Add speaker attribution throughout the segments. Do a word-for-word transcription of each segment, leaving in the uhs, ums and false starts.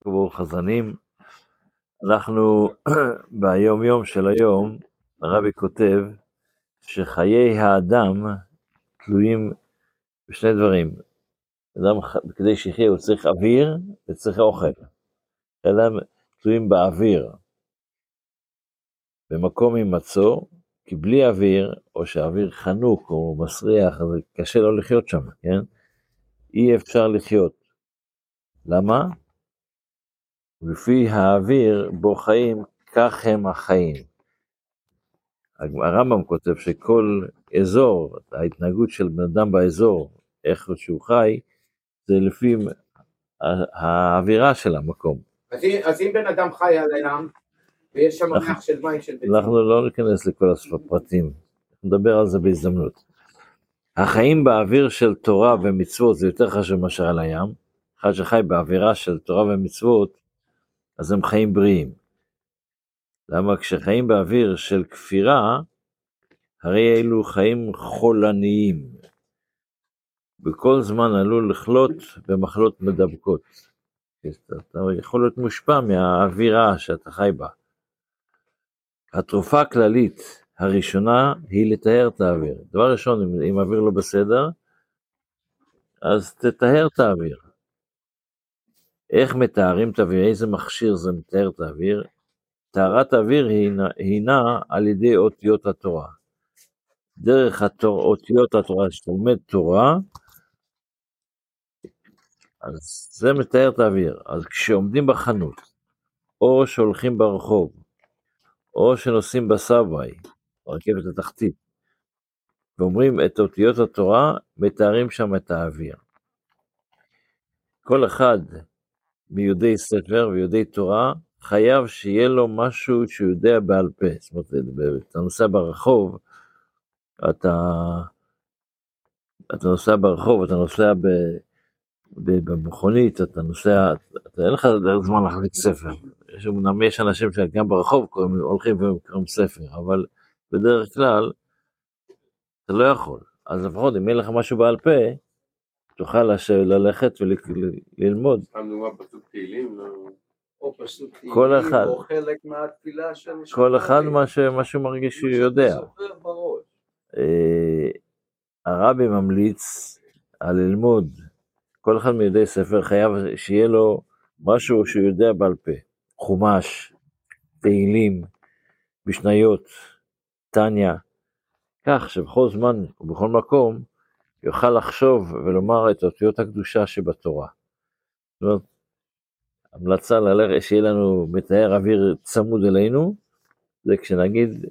Speaker 1: ברוך חזנים. אנחנו ביום יום של היום, הרבי כותב שחיי האדם תלויים בשני דברים. אדם כדי שיחיה הוא צריך אוויר וצריך אוכל. אדם תלויים באוויר, במקום הימצאו, כי בלי אוויר, או שהאוויר חנוק או מסריח, אז קשה לו לחיות שם, כן? אי אפשר לחיות. למה? לפי האוויר בו חיים, כך הם החיים. הרמב"ם כותב שכל אזור, ההתנהגות של בן אדם באזור, איך שהוא חי, זה לפי האווירה של המקום.
Speaker 2: אז, אז אם בן אדם חי על הים, ויש שם ריח של מים של ביצים.
Speaker 1: אנחנו לא ניכנס לכל הפרטים, נדבר על זה בהזדמנות. החיים באוויר של תורה ומצוות זה יותר חשוב מאשר על הים. אחד שחי באווירה של תורה ומצוות, אז הם חיים בריאים. למה? כשחיים באוויר של כפירה, הרי אלו חיים חולניים. בכל זמן עלול לחלות במחלות מדבקות. אתה יכול להיות מושפע מהאווירה שאתה חי בה. התרופה הכללית הראשונה היא לטהר את האוויר. דבר ראשון, אם, אם האוויר לא בסדר, אז תטהר את האוויר. איך מתארים את האוויר? איזה מכשיר זה מתאר את האוויר? טהרת האוויר הינה, הינה על ידי אותיות התורה. דרך התור, אותיות התורה, שתלמד תורה, אז זה מתאר את האוויר. אז כשעומדים בחנות, או שהולכים ברחוב, או שנוסעים בסאבווי, ברכבת התחתית, ואומרים את אותיות התורה, מתארים שם את האוויר. כל אחד מיודעי ספר ויודעי תורה, חייב שיהיה לו משהו שהוא יודע בעל פה. זאת אומרת, אתה נוסע ברחוב, אתה, אתה נוסע ברחוב, אתה נוסע ב, ב, במכונית, אתה נוסע, אתה, אין לך זמן להחזיק ספר. יש, יש אנשים שגם ברחוב קוראים, הולכים וקוראים ספר, אבל בדרך כלל, אתה לא יכול. אז לפחות, אם אין לך משהו בעל פה, תוכל ללכת וללמוד.
Speaker 2: או פשוט
Speaker 1: כל אחד,
Speaker 2: או חלק מהתפילה של
Speaker 1: כל אחד מה שהוא מרגיש שהוא יודע. הרבי ממליץ על ללמוד, כל אחד מיודעי ספר חייב שיהיה לו משהו שהוא יודע בעל פה. חומש, תהילים, משניות, תניא, כך שבכל זמן ובכל מקום יוכל לחשוב ולומר את אותיות הקדושה שבתורה. זאת אומרת, המלצה ללכת שיהיה לנו מתאר אוויר צמוד אלינו, זה כשנגיד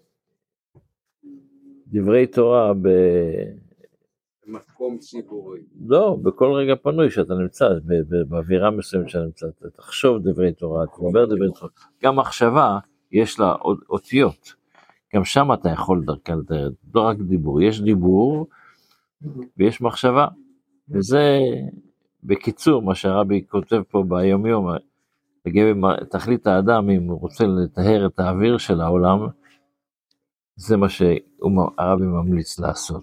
Speaker 1: דברי תורה ב...
Speaker 2: במקום ציבורי.
Speaker 1: לא, בכל רגע פנוי שאתה נמצא, באווירה מסוימת שאתה נמצא, תחשוב דברי תורה, תדבר דברי תורה. גם מחשבה יש לה אותיות, גם שם אתה יכול דרכה לתאר, לא רק דיבור, יש דיבור ויש מחשבה, וזה בקיצור מה שהרבי כותב פה ביום יום, לגבי תכלית האדם, אם הוא רוצה לטהר את האוויר של העולם, זה מה שהרבי ממליץ לעשות.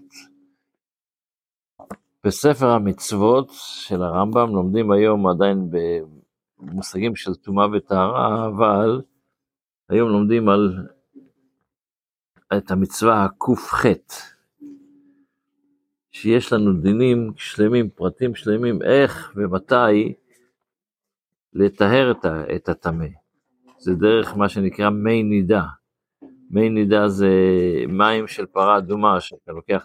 Speaker 1: בספר המצוות של הרמב"ם לומדים היום עדיין במושגים של טומאה וטהרה, אבל היום לומדים על את המצווה הקוף ח', שיש לנו דינים שלמים, פרטים שלמים, איך ומתי לטהר את הטמא. זה דרך מה שנקרא מי נידה. מי נידה זה מים של פרה אדומה, שאתה לוקח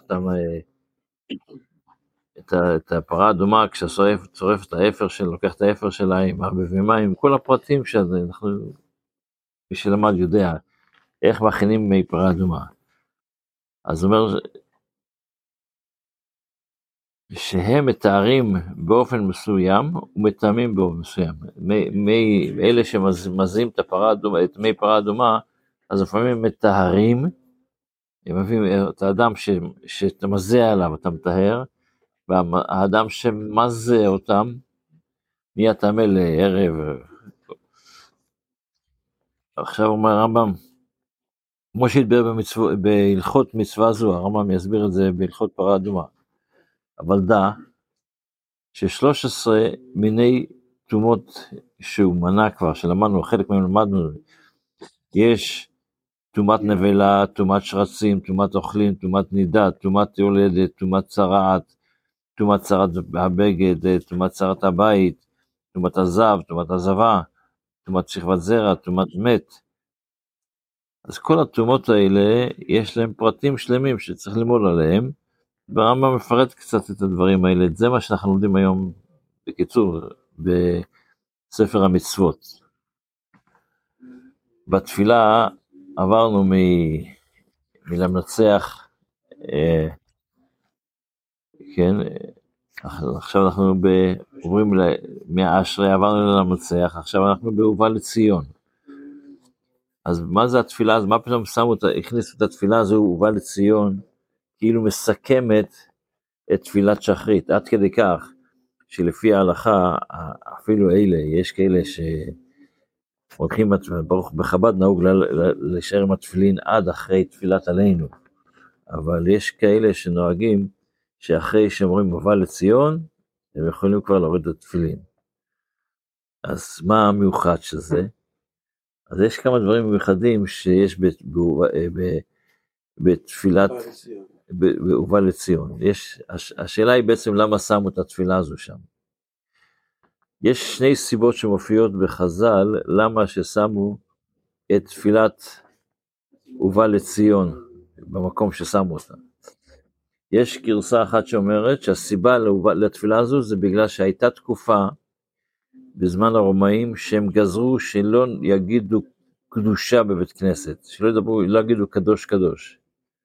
Speaker 1: את, את הפרה אדומה, כשצורף צורף את האפר שלה, לוקח את האפר שלה עם הרבה ומים, כל הפרטים שאנחנו, מי שלמד יודע, איך מכינים מי פרה אדומה. אז אומר, שהם מתארים באופן מסוים, ומטעמים באופן מסוים. מי, מי, אלה שמזים את הפרה אדומה, את מי פרה אדומה, אז לפעמים מטהרים, הם מביאים את האדם ש, שאתה מזע עליו, אתה מטהר, והאדם שמזה אותם, נהיה טמא לערב. עכשיו אומר הרמב"ם, כמו שהתבאר בהלכות מצווה זו, הרמב"ם יסביר את זה בהלכות פרה אדומה, אבל דע, ששלוש עשרה מיני טומאות שהוא מנה כבר, שלמדנו, חלק מהם למדנו, יש תומת נבלה, תומת שרצים, תומת אוכלים, תומת נידה, תומת יולדת, תומת צרעת, תומת צרת הבגד, תומת צרת הבית, תומת הזב, תומת הזבה, תומת שכבת זרע, תומת מת. אז כל התומות האלה, יש להם פרטים שלמים שצריך ללמוד עליהם, והרמב"ם מפרט קצת את הדברים האלה, זה מה שאנחנו לומדים היום, בקיצור, בספר המצוות. בתפילה עברנו מ... מלמנצח, אה, כן, עכשיו אנחנו ב... עוברים מהאשרי, עברנו למנצח, עכשיו אנחנו בהובא לציון. אז מה זה התפילה? אז מה פתאום שמו, הכניסו את התפילה הזו, הובא לציון, כאילו מסכמת את תפילת שחרית, עד כדי כך, שלפי ההלכה, אפילו אלה, יש כאלה שהולכים, ברוך בחב"ד נהוג להישאר עם התפילין עד אחרי תפילת עלינו, אבל יש כאלה שנוהגים, שאחרי שאומרים הובא לציון, הם יכולים כבר להוריד את התפילין. אז מה המיוחד שזה? אז יש כמה דברים מיוחדים שיש בתפילת, בהובא לציון. יש, השאלה היא בעצם למה שמו את התפילה הזו שם. יש שני סיבות שמופיעות בחז"ל, למה ששמו את תפילת הובא לציון, במקום ששמו אותה. יש גרסה אחת שאומרת שהסיבה לתפילה הזו זה בגלל שהייתה תקופה בזמן הרומאים שהם גזרו שלא יגידו קדושה בבית כנסת, שלא ידברו, לא יגידו קדוש קדוש.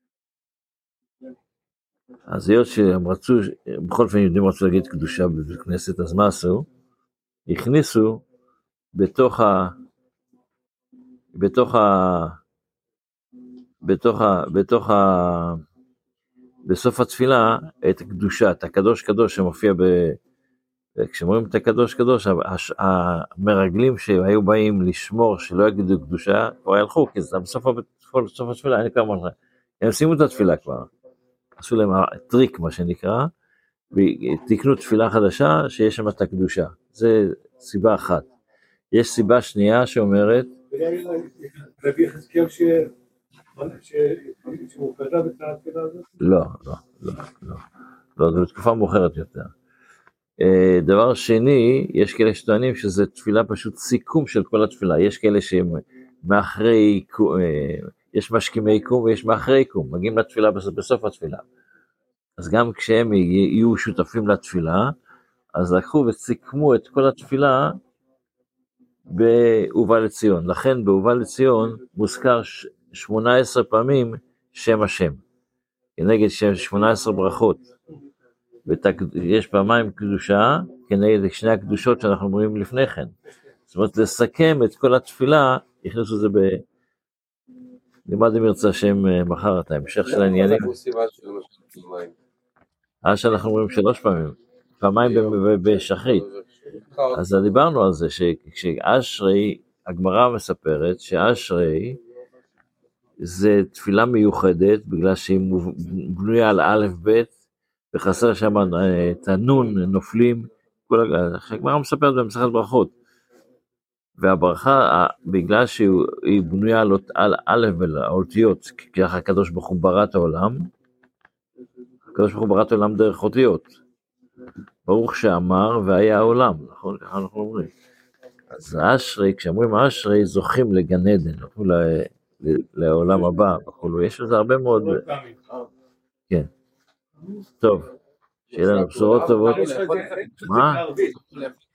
Speaker 1: אז היות שהם רצו, בכל אופן יהודים רצו להגיד קדושה בבית כנסת, אז מה עשו? הכניסו בתוך ה... בתוך ה... בתוך ה... בתוך ה... בסוף התפילה את הקדושה, את הקדוש קדוש שמופיע ב... כשאומרים את הקדוש קדוש, המרגלים שהיו באים לשמור שלא יגידו קדושה, כבר הלכו, כי זה בסוף, בסוף התפילה, אני כבר מלכה. הם שימו את התפילה כבר, עשו להם טריק מה שנקרא, ותקנו תפילה חדשה שיש שם את הקדושה. זה סיבה אחת. יש סיבה שנייה שאומרת,
Speaker 3: רבי חזקיהו שהוא כתב את התפילה הזאת?
Speaker 1: לא, לא, לא, לא, לא, זה בתקופה מאוחרת יותר. דבר שני, יש כאלה שטוענים שזה תפילה פשוט סיכום של כל התפילה, יש כאלה שהם מאחרי, יש משכימי עיקום ויש מאחרי עיקום, מגיעים לתפילה בסוף התפילה. אז גם כשהם יהיו שותפים לתפילה, אז לקחו וסיכמו את כל התפילה בהובא לציון. לכן בהובא לציון מוזכר שמונה עשרה פעמים שם השם, כנגד שמונה עשרה ברכות. יש פעמיים קדושה, כנגד שני הקדושות שאנחנו אומרים לפני כן. זאת אומרת, לסכם את כל התפילה, הכניסו את זה ב... לימד אם ירצה השם מחר, את ההמשך של העניינים. אז שאנחנו אומרים שלוש פעמים, פעמיים בשחרית. אז דיברנו על זה, שכשאשרי, הגמרא מספרת, שאשרי זה תפילה מיוחדת, בגלל שהיא בנויה על א' ב', וחסר שם את הנון, נופלים, הגמרא מספרת במסכת ברכות. והברכה, בגלל שהיא בנויה על א' ולאותיות, כי הקדוש ברוך הוא ברא את העולם, הקדוש ברוך הוא ברא את העולם דרך אותיות. ברוך שאמר והיה העולם, נכון? ככה אנחנו אומרים. אז אשרי, כשאומרים אשרי, זוכים לגן עדן, לעולם הבא, וכולו. יש לזה הרבה מאוד... כן. טוב, שיהיה לנו בשורות טובות. מה?